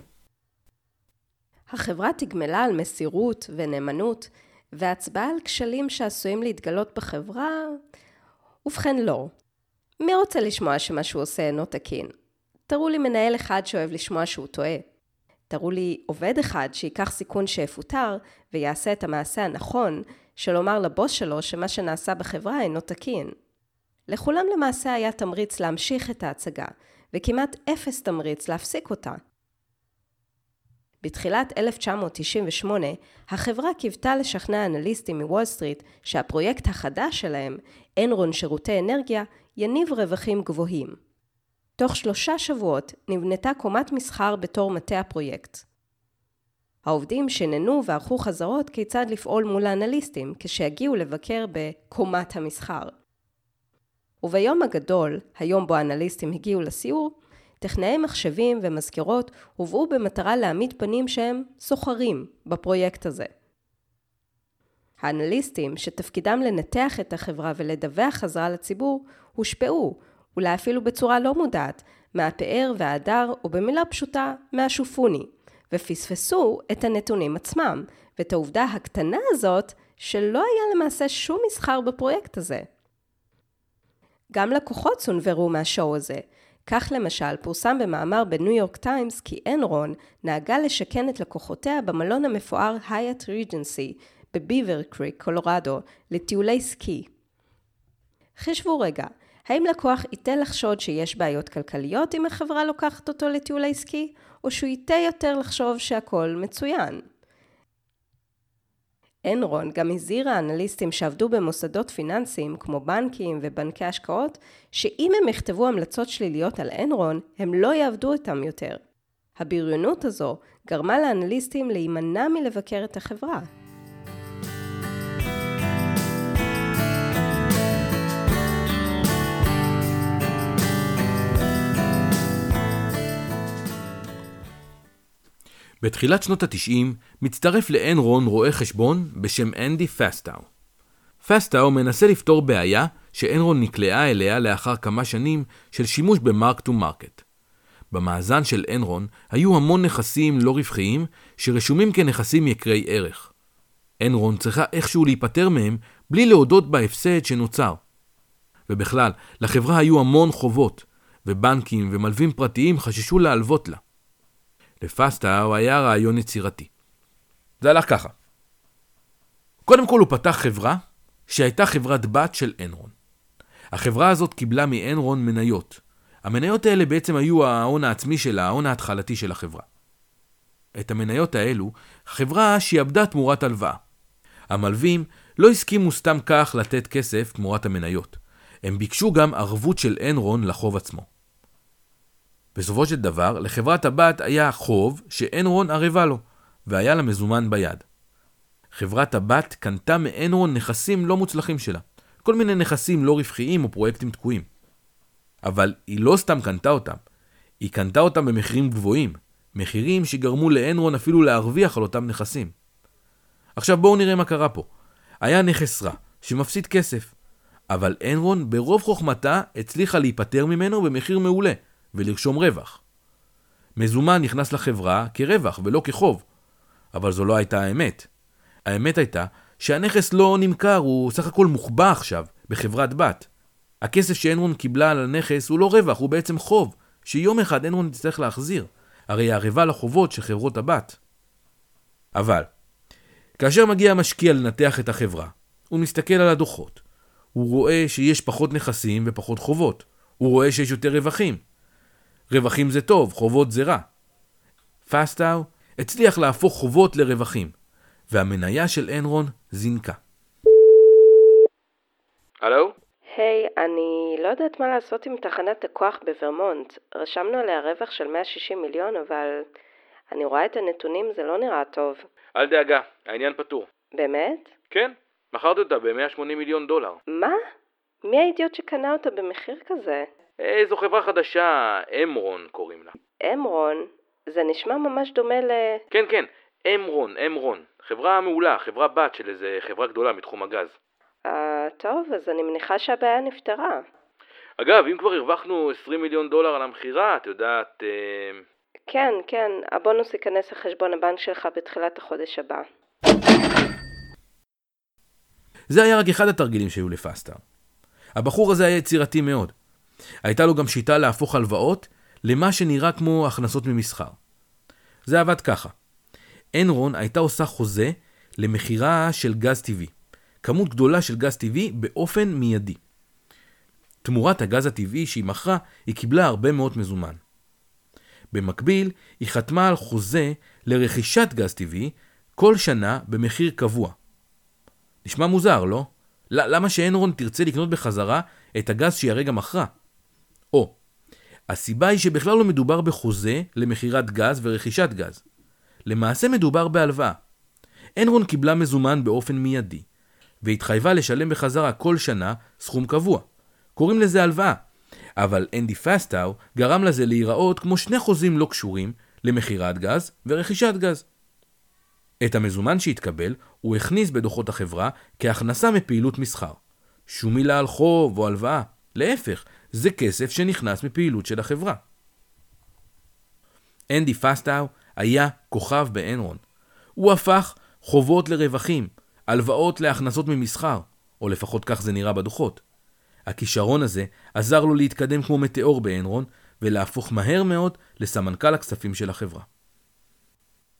החברה תגמלה על מסירות ונאמנות, והצבעה על כשלים שעשויים להתגלות בחברה, ובכן לא. מי רוצה לשמוע שמה שהוא עושה אינו תקין? תראו לי מנהל אחד שאוהב לשמוע שהוא טועה. תראו לי עובד אחד שיקח סיכון שיפוטר ויעשה את המעשה הנכון, שלומר לבוס שלו שמה שנעשה בחברה אינו תקין. לכולם למעשה היה תמריץ להמשיך את ההצגה, וכמעט אפס תמריץ להפסיק אותה. בתחילת 1998, החברה קיוותה לשכנע אנליסטים מוול סטריט שהפרויקט החדש שלהם, אנרון שירותי אנרגיה, יניב רווחים גבוהים. תוך 3 שבועות נבנתה קומת מסחר בתור מטה הפרויקט. העובדים שננו וערכו חזרות כיצד לפעול מול האנליסטים כשיגיעו לבקר בקומת המסחר. וביום הגדול, היום בו האנליסטים הגיעו לסיור, טכנאי מחשבים ומזכירות הובאו במטרה להעמיד פנים שהם סוחרים בפרויקט הזה. האנליסטים שתפקידם לנתח את החברה ולדווח חזרה לציבור הושפעו, אולי אפילו בצורה לא מודעת, מהפאר וההדר או במילה פשוטה מהשופוני, ופספסו את הנתונים עצמם ואת העובדה הקטנה הזאת שלא היה למעשה שום מסחר בפרויקט הזה. גם לקוחות סונברו מהשואו הזה. כך למשל פורסם במאמר בניו יורק טיימס כי אנרון נהגה לשכן את לקוחותיה במלון המפואר הייט ריג'נסי בביבר קריק, קולורדו, לטיולי סקי. חשבו רגע, האם לקוח ייתה לחשוד שיש בעיות כלכליות אם החברה לוקחת אותו לטיולי סקי, או שהוא ייתה יותר לחשוב שהכל מצוין? אנרון גם הזהירה אנליסטים שעבדו במוסדות פיננסיים כמו בנקים ובנקי השקעות, שאם הם יכתבו המלצות שליליות על אנרון, הם לא יעבדו איתם יותר. הבריונות הזו גרמה לאנליסטים להימנע מלבקר את החברה. בתחילת שנות ה-90 מצטרף לאנרון רואה חשבון בשם אנדי פסטאו. פסטאו מנסה לפתור בעיה שאנרון נקלעה אליה לאחר כמה שנים של שימוש במרק טו מרקט. במאזן של אנרון היו המון נכסים לא רווחיים שרשומים כנכסים יקרי ערך. אנרון צריכה איכשהו להיפטר מהם בלי להודות בהפסד שנוצר. ובכלל, לחברה היו המון חובות, ובנקים ומלווים פרטיים חששו להלוות לה. לפסטאו היה רעיון יצירתי. זה הלך ככה. קודם כל הוא פתח חברה שהייתה חברת בת של אנרון. החברה הזאת קיבלה מאנרון מניות. המניות האלה בעצם היו ההון העצמי שלה, ההון ההתחלתי של החברה. את המניות האלו, החברה שיעבדה תמורת הלוואה. המלווים לא הסכימו סתם כך לתת כסף תמורת המניות. הם ביקשו גם ערבות של אנרון לחוב עצמו. בסופו של דבר, לחברת הבת היה חוב שאנרון ערבה לו, והיה לה מזומן ביד. חברת הבת קנתה מאנרון נכסים לא מוצלחים שלה, כל מיני נכסים לא רווחיים או פרויקטים תקועים. אבל היא לא סתם קנתה אותם, היא קנתה אותם במחירים גבוהים, מחירים שגרמו לאנרון אפילו להרוויח על אותם נכסים. עכשיו בואו נראה מה קרה פה. היה נכס רע, שמפסיד כסף, אבל אנרון ברוב חוכמתה הצליחה להיפטר ממנו במחיר מעולה, ולרשום רווח. מזומן נכנס לחברה כרווח ולא כחוב, אבל זו לא הייתה האמת. האמת הייתה שהנכס לא נמכר, הוא סך הכל מוחבא עכשיו בחברת בת. הכסף שאנרון קיבלה על הנכס הוא לא רווח, הוא בעצם חוב, שיום אחד אנרון תצטרך להחזיר, הרי הערבה לחובות של חברות הבת. אבל, כאשר מגיע המשקיע לנתח את החברה, הוא מסתכל על הדוחות. הוא רואה שיש פחות נכסים ופחות חובות. הוא רואה שיש יותר רווחים. רווחים זה טוב, חובות זה רע. פסטאו הצליח להפוך חובות לרווחים, והמניה של אנרון זינקה. הלו? היי, אני לא יודעת מה לעשות עם תחנת הכוח בוורמונט. רשמנו עליה רווח של 160 מיליון, אבל אני רואה את הנתונים, זה לא נראה טוב. אל דאגה, העניין פתור. באמת? כן, מכרת אותה ב$180 מיליון. מה? מי האידיוט שקנה אותה במחיר כזה? זו חברה חדשה, אמרון קוראים לה. אמרון? זה נשמע ממש דומה כן, אמרון. חברה מעולה, חברה בת של איזה חברה גדולה מתחום הגז. טוב, אז אני מניחה שהבעיה נפתרה. אגב, אם כבר הרווחנו $20 מיליון על המחירה, את יודעת... כן, הבונוס ייכנס לחשבון הבנק שלך בתחילת החודש הבא. זה היה רק אחד התרגילים שהיו לפסטאו. הבחור הזה היה יצירתי מאוד. הייתה לו גם שיטה להפוך הלוואות למה שנראה כמו הכנסות ממסחר. זה עבד ככה. אנרון הייתה עושה חוזה למחירה של גז טבעי. כמות גדולה של גז טבעי באופן מיידי. תמורת הגז הטבעי שהיא מכרה, היא קיבלה הרבה מאוד מזומן. במקביל, היא חתמה על חוזה לרכישת גז טבעי כל שנה במחיר קבוע. נשמע מוזר, לא? למה שאנרון תרצה לקנות בחזרה את הגז שהיא הרגע מכרה? הסיבה היא שבכלל לא מדובר בחוזה למחירת גז ורכישת גז. למעשה מדובר בהלוואה. אנרון קיבלה מזומן באופן מיידי, והתחייבה לשלם בחזרה כל שנה סכום קבוע. קוראים לזה הלוואה, אבל אנדי פסטאו גרם לזה להיראות כמו שני חוזים לא קשורים למחירת גז ורכישת גז. את המזומן שהתקבל הוא הכניס בדוחות החברה כהכנסה מפעילות מסחר. שום מילה על חוב או הלוואה. להפך, זה כסף שנכנס מפעילות של החברה. אנדי פסטאו היה כוכב באנרון. הוא הפך חובות לרווחים, הלוואות להכנסות ממסחר, או לפחות כך זה נראה בדוחות. הכישרון הזה עזר לו להתקדם כמו מטאור באנרון, ולהפוך מהר מאוד לסמנכ"ל הכספים של החברה.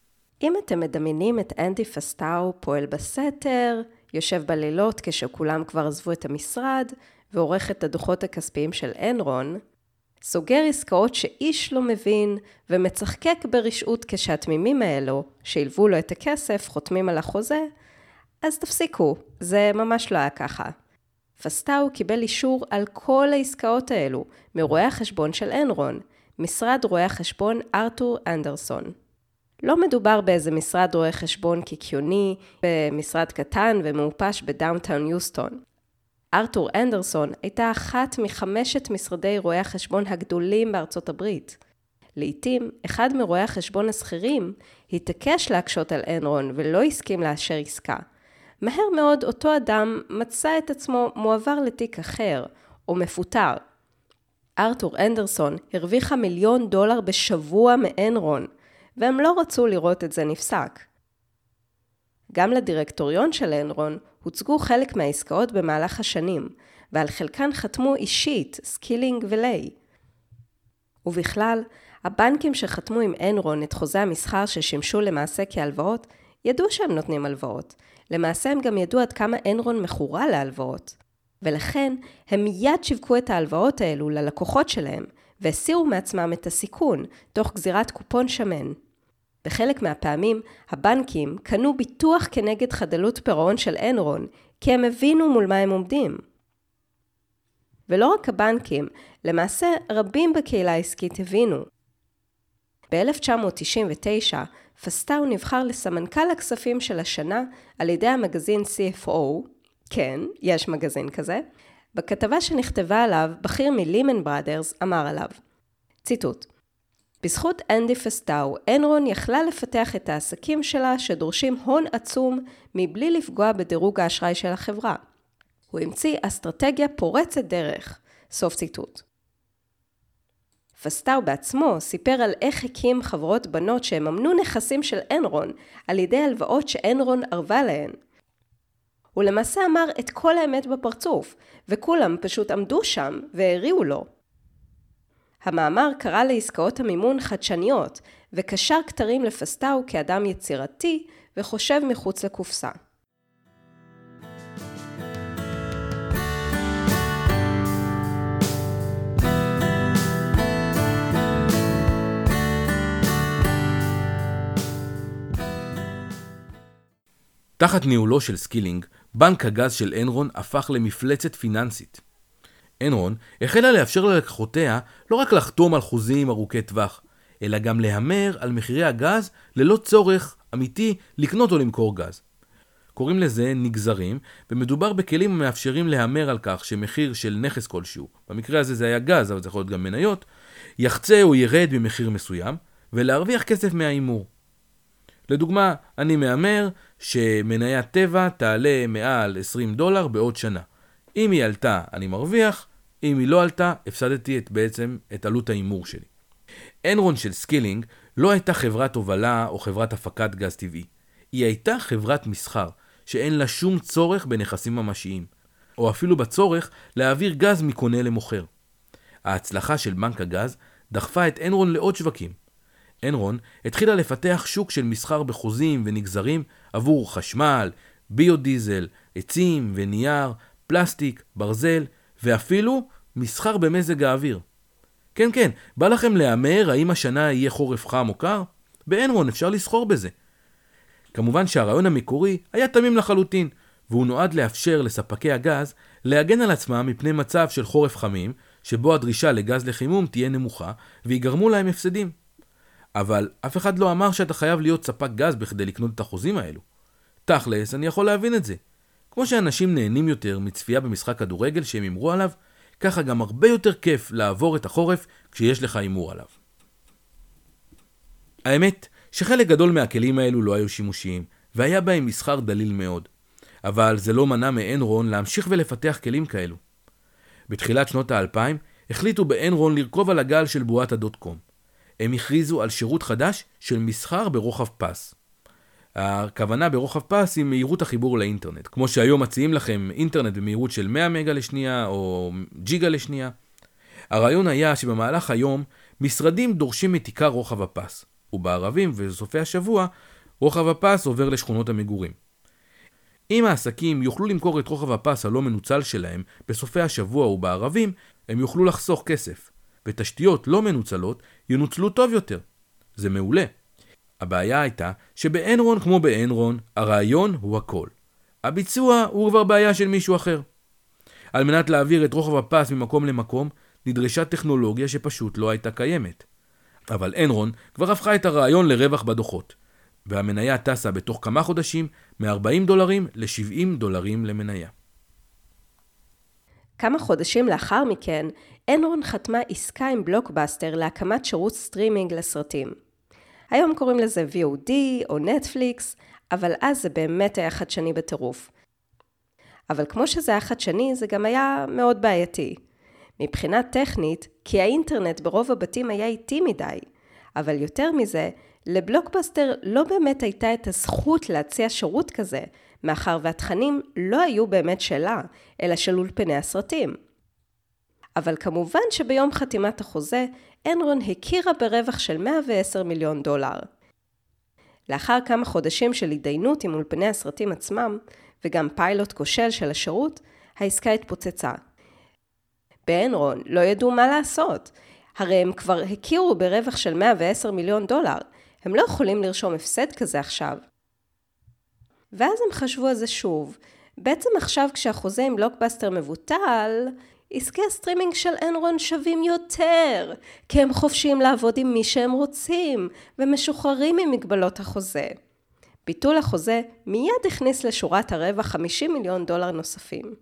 אם אתם מדמיינים את אנדי פסטאו פועל בסתר, יושב בלילות כשכולם כבר עזבו את המשרד, ועורך את הדוחות הכספיים של אנרון, סוגר עסקאות שאיש לא מבין, ומצחקק ברשעות כשהתמימים האלו, שילבו לו את הכסף, חותמים על החוזה, אז תפסיקו, זה ממש לא היה ככה. פסטאו קיבל אישור על כל העסקאות האלו, מרואי החשבון של אנרון, משרד רואי החשבון ארתור אנדרסון. לא מדובר באיזה משרד רואי חשבון קיקיוני, במשרד קטן ומאופש בדאונטאון יוסטון. ארתור אנדרסון הייתה אחת מחמשת משרדי רואי החשבון הגדולים בארצות הברית. לעתים, אחד מרואי החשבון הסחירים התעקש להקשות על אנרון ולא הסכים לאשר עסקה. מהר מאוד אותו אדם מצא את עצמו מועבר לתיק אחר או מפוטר. ארתור אנדרסון הרוויחה $1,000,000 בשבוע מאנרון, והם לא רצו לראות את זה נפסק. גם לדירקטוריון של אנרון הוצגו חלק מהעסקאות במהלך השנים, ועל חלקן חתמו אישית סקילינג וליי. ובכלל, הבנקים שחתמו עם אנרון את חוזי המסחר ששימשו למעשה כהלוואות, ידעו שהם נותנים הלוואות. למעשה הם גם ידעו עד כמה אנרון מכורה להלוואות. ולכן הם מיד שיווקו את ההלוואות האלו ללקוחות שלהם, והסירו מעצמם את הסיכון, תוך גזירת קופון שמן. בחלק מהפעמים, הבנקים קנו ביטוח כנגד חדלות פירעון של אנרון, כי הם הבינו מול מה הם עומדים. ולא רק הבנקים, למעשה רבים בקהילה העסקית הבינו. ב-1999, פסטאו נבחר לסמנכ"ל הכספים של השנה על ידי המגזין CFO, כן, יש מגזין כזה, בכתבה שנכתבה עליו, בכיר מלימן בראדרס אמר עליו, ציטוט, בזכות אנדי פסטאו, אנרון יכלה לפתח את העסקים שלה שדורשים הון עצום מבלי לפגוע בדירוג האשראי של החברה. הוא המציא אסטרטגיה פורצת דרך. סוף ציטוט. פסטאו בעצמו סיפר על איך הקים חברות בנות שהממנו נכסים של אנרון על ידי הלוואות שאנרון ערבה להן. הוא למעשה אמר את כל האמת בפרצוף, וכולם פשוט עמדו שם והריעו לו. המאמר קרא לעסקאות המימון חדשניות, וקשר כתרים לפסטאו כאדם יצירתי וחושב מחוץ לקופסה. תחת ניהולו של סקילינג, בנק הגז של אנרון הפך למפלצת פיננסית. אנרון החלה לאפשר ללקוחותיה לא רק לחתום על חוזים ארוכי טווח, אלא גם להמר על מחירי הגז ללא צורך אמיתי לקנות או למכור גז. קוראים לזה נגזרים, ומדובר בכלים המאפשרים להמר על כך שמחיר של נכס כלשהו, במקרה הזה זה היה גז, אבל זה יכול להיות גם מניות, יחצה או ירד במחיר מסוים, ולהרוויח כסף מהאימור. לדוגמה, אני מאמר שמניית טבע תעלה מעל $20 בעוד שנה. אם היא עלתה, אני מרוויח, אם היא לא עלתה, הפסדתי בעצם את עלות האימור שלי. אנרון של סקילינג לא הייתה חברת הובלה או חברת הפקת גז טבעי. היא הייתה חברת מסחר, שאין לה שום צורך בנכסים ממשיים, או אפילו בצורך להעביר גז מקונה למוכר. ההצלחה של בנק הגז דחפה את אנרון לעוד שווקים. אנרון התחילה לפתח שוק של מסחר בחוזים ונגזרים עבור חשמל, ביודיזל, עצים ונייר, פלסטיק, ברזל, ואפילו מסחר במזג האוויר. כן, כן, בא לכם להאמר האם השנה יהיה חורף חם או קר? באנרון אפשר לסחור בזה. כמובן שהרעיון המקורי היה תמים לחלוטין, והוא נועד לאפשר לספקי הגז להגן על עצמם מפני מצב של חורף חמים, שבו הדרישה לגז לחימום תהיה נמוכה, ויגרמו להם הפסדים. אבל אף אחד לא אמר שאתה חייב להיות ספק גז בכדי לקנות את החוזים האלו. תכלס, אני יכול להבין את זה. כמו שאנשים נהנים יותר מצפייה במשחק כדורגל שהם אמרו עליו, ככה גם הרבה יותר כיף לעבור את החורף כשיש לך אימור עליו. האמת שחלק גדול מהכלים האלו לא היו שימושיים, והיה בהם מסחר דליל מאוד. אבל זה לא מנע מאנרון להמשיך ולפתח כלים כאלו. בתחילת שנות ה-2000 החליטו באנרון לרכוב על הגל של בועת הדוט-קום. הם הכריזו על שירות חדש של מסחר ברוחב פס. הכוונה ברוחב פס היא מהירות החיבור לאינטרנט. כמו שהיום מציעים לכם אינטרנט במהירות של 100 מגה לשנייה או ג'יגה לשנייה. הרעיון היה שבמהלך היום משרדים דורשים את עיקר רוחב הפס. ובערבים ובסופי השבוע רוחב הפס עובר לשכונות המגורים. אם העסקים יוכלו למכור את רוחב הפס הלא מנוצל שלהם בסופי השבוע ובערבים, הם יוכלו לחסוך כסף, ותשתיות לא מנוצלות ינוצלו טוב יותר. זה מעולה. הבעיה הייתה שבאנרון כמו באנרון, הרעיון הוא הכל. הביצוע הוא כבר בעיה של מישהו אחר. על מנת להעביר את רוחב הפס ממקום למקום, נדרשה טכנולוגיה שפשוט לא הייתה קיימת. אבל אנרון כבר הפכה את הרעיון לרווח בדוחות, והמניה טסה בתוך כמה חודשים $40 ל$70 למניה. כמה חודשים לאחר מכן, אנרון חתמה עסקה עם בלוקבאסטר להקמת שירות סטרימינג לסרטים. היום קוראים לזה VOD או נטפליקס, אבל אז זה באמת היה חדשני בטירוף. אבל כמו שזה היה חדשני, זה גם היה מאוד בעייתי. מבחינה טכנית, כי האינטרנט ברוב הבתים היה איטי מדי, אבל יותר מזה, לבלוקבאסטר לא באמת הייתה את הזכות להציע שירות כזה, מאחר והתכנים לא היו באמת שלה, אלא של אולפני הסרטים. אבל כמובן שביום חתימת החוזה, אנרון הכירה ברווח של $110 מיליון. לאחר כמה חודשים של התדיינות עם אולפני הסרטים עצמם, וגם פיילוט כושל של השירות, העסקה התפוצצה. באנרון לא ידעו מה לעשות. הרי הם כבר הכירו ברווח של $110 מיליון. הם לא יכולים לרשום הפסד כזה עכשיו. ואז הם חשבו על זה שוב. בעצם עכשיו כשהחוזה עם בלוקבאסטר מבוטל, עסקי הסטרימינג של אנרון שווים יותר, כי הם חופשיים לעבוד עם מי שהם רוצים, ומשוחררים ממגבלות החוזה. ביטול החוזה מיד הכניס לשורת הרווח $50 מיליון נוספים.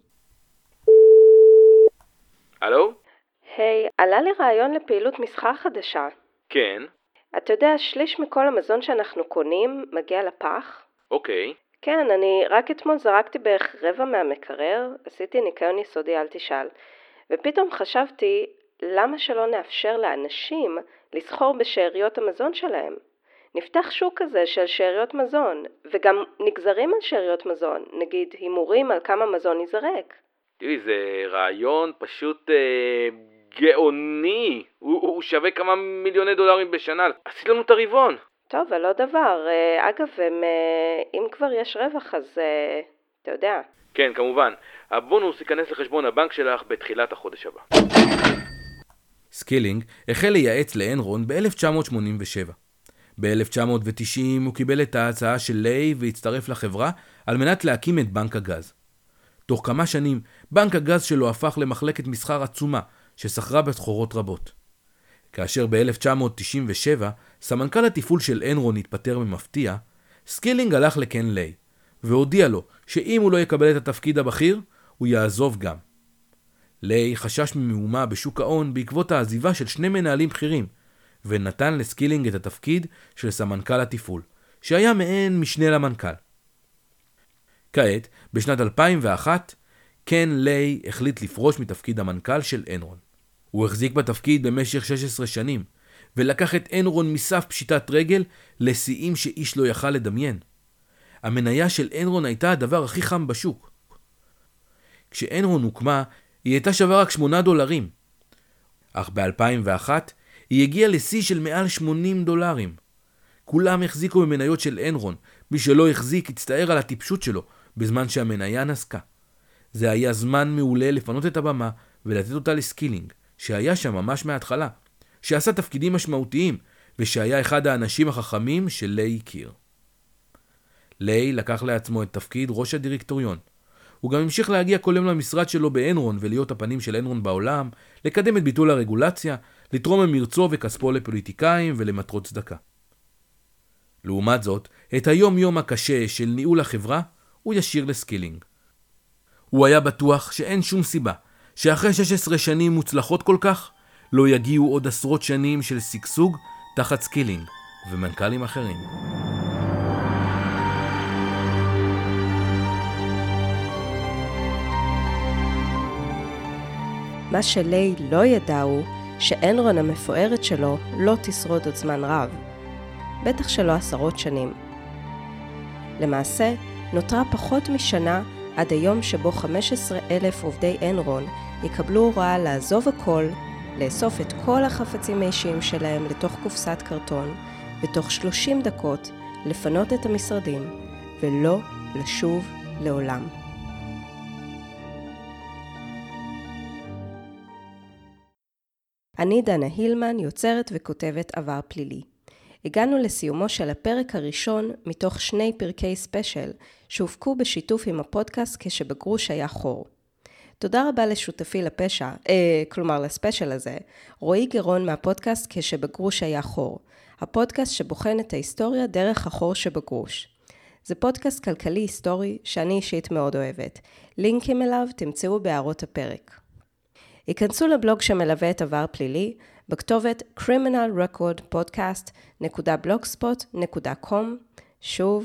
הלו? היי, עלה לי רעיון לפעילות מסחר חדשה. כן. אתה יודע, שליש מכל המזון שאנחנו קונים מגיע לפח? אוקיי. כן, אני רק אתמול זרקתי בערך רבע מהמקרר, עשיתי ניקיון יסודי אל תשאל, ופתאום חשבתי, למה שלא נאפשר לאנשים לסחור בשאריות המזון שלהם? נפתח שוק כזה של שאריות מזון, וגם נגזרים על שאריות מזון, נגיד הימורים על כמה מזון ייזרק. תראי, זה רעיון פשוט גאוני. הוא שווה כמה $מיליוני בשנה. עשית לנו את הרבעון. טוב, אבל לא דבר. אגב, אם כבר יש רווח, אז אתה יודע. כן, כמובן. הבונוס ייכנס לחשבון הבנק שלך בתחילת החודש הבא. סקילינג החל לייעץ לאנרון ב-1987. ב-1990 הוא קיבל את ההצעה של ליי והצטרף לחברה על מנת להקים את בנק הגז. תוך כמה שנים, בנק הגז שלו הפך למחלקת מסחר עצומה שסחרה בסחורות רבות. כאשר ב-1997 סמנכ"ל התפעול של אנרון התפטר ממפתיע, סקילינג הלך לקן ליי, והודיע לו שאם הוא לא יקבל את התפקיד הבכיר, הוא יעזוב גם. ליי חשש ממהומה בשוק ההון בעקבות העזיבה של 2 מנהלים בכירים, ונתן לסקילינג את התפקיד של סמנכ"ל התפעול, שהיה מעין משנה למנכ"ל. כעת, בשנת 2001, קן ליי החליט לפרוש מתפקיד המנכ"ל של אנרון. הוא החזיק בתפקיד במשך 16 שנים, ולקח את אנרון מסף פשיטת רגל לשיאים שאיש לא יכל לדמיין. המניה של אנרון הייתה הדבר הכי חם בשוק. כשאנרון הוקמה, היא הייתה שווה רק $8. אך ב-2001 היא הגיעה לשיא של מעל $80. כולם החזיקו במניות של אנרון, מי שלא החזיק הצטער על הטיפשות שלו בזמן שהמניה נסקה. זה היה זמן מעולה לפנות את הבמה ולתת אותה לסקילינג, שהיה שם ממש מההתחלה, שעשה תפקידים משמעותיים ושהיה אחד האנשים החכמים שליי הכיר. ליי לקח לעצמו את תפקיד ראש הדירקטוריון. הוא גם המשיך להגיע כל יום למשרד שלו באנרון ולהיות הפנים של אנרון בעולם, לקדם את ביטול הרגולציה, לתרום ממרצו וכספו לפוליטיקאים ולמטרות צדקה. לעומת זאת, את היום הקשה של ניהול החברה הוא ישיר לסקילינג. הוא היה בטוח שאין שום סיבה שאחרי 16 שנים מוצלחות כל כך לא יגיעו עוד עשרות שנים של סגסוג תחת סקילינג ומנכ"לים אחרים. מה שליי לא ידע הוא שאנרון המפוארת שלו לא תשרוד עוד זמן רב. בטח שלא 10 שנים. למעשה, נותרה פחות משנה עד היום שבו 15,000 עובדי אנרון יקבלו הוראה לעזוב הכל, לאסוף את כל החפצים האישיים שלהם לתוך קופסת קרטון, ותוך 30 דקות לפנות את המשרדים ולא לשוב לעולם. אני דנה הילמן, יוצרת וכותבת עבר פלילי. הגענו לסיומו של הפרק הראשון מתוך 2 פרקי ספיישל שהופקו בשיתוף עם הפודקאסט כשבגרוש היה חור. תודה רבה לשותפי לספיישל הזה, רועי גרון מהפודקאסט כשבגרוש היה חור, הפודקאסט שבוחן את ההיסטוריה דרך החור שבגרוש. זה פודקאסט כלכלי היסטורי שאני אישית מאוד אוהבת. לינקים אליו תמצאו בהערות הפרק. היכנסו לבלוג שמלווה את עבר פלילי בכתובת criminalrecordpodcast.blogspot.com, שוב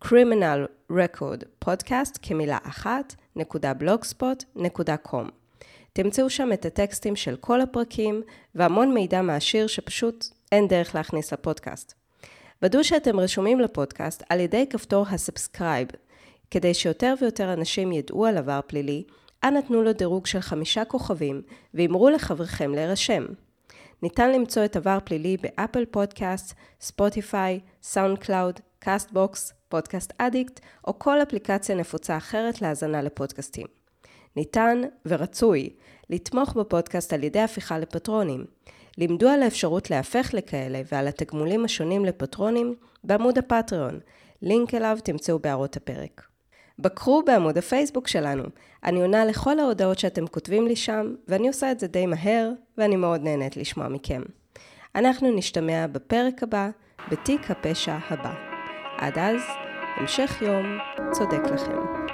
criminalrecordpodcast.blogspot.com. תמצאו שם את הטקסטים של כל הפרקים והמון מידע מעשיר שפשוט אין דרך להכניס לפודקאסט. ודאו שאתם רשומים לפודקאסט על ידי כפתור הסאבסקרייב, כדי שיותר ויותר אנשים ידעו על עבר פלילי. אנא תנו לו דירוג של 5 כוכבים ואמרו לחבריכם להירשם. ניתן למצוא את עבר פלילי באפל פודקאסט, ספוטיפיי, סאונד קלאוד, קאסטבוקס, פודקאסט אדיקט או כל אפליקציה נפוצה אחרת להאזנה לפודקאסטים. ניתן ורצוי לתמוך בפודקאסט על ידי הפיכה לפטרונים. לימדו על האפשרות להפך לכאלה ועל התגמולים השונים לפטרונים בעמוד הפטריון. לינק אליו תמצאו בהערות הפרק. בקרו בעמוד הפייסבוק שלנו. אני עונה לכל ההודעות שאתם כותבים לי שם, ואני עושה את זה די מהר, ואני מאוד נהנית לשמוע מכם. אנחנו נשתמע בפרק הבא, בתיק הפשע הבא. עד אז, המשך יום צודק לכם.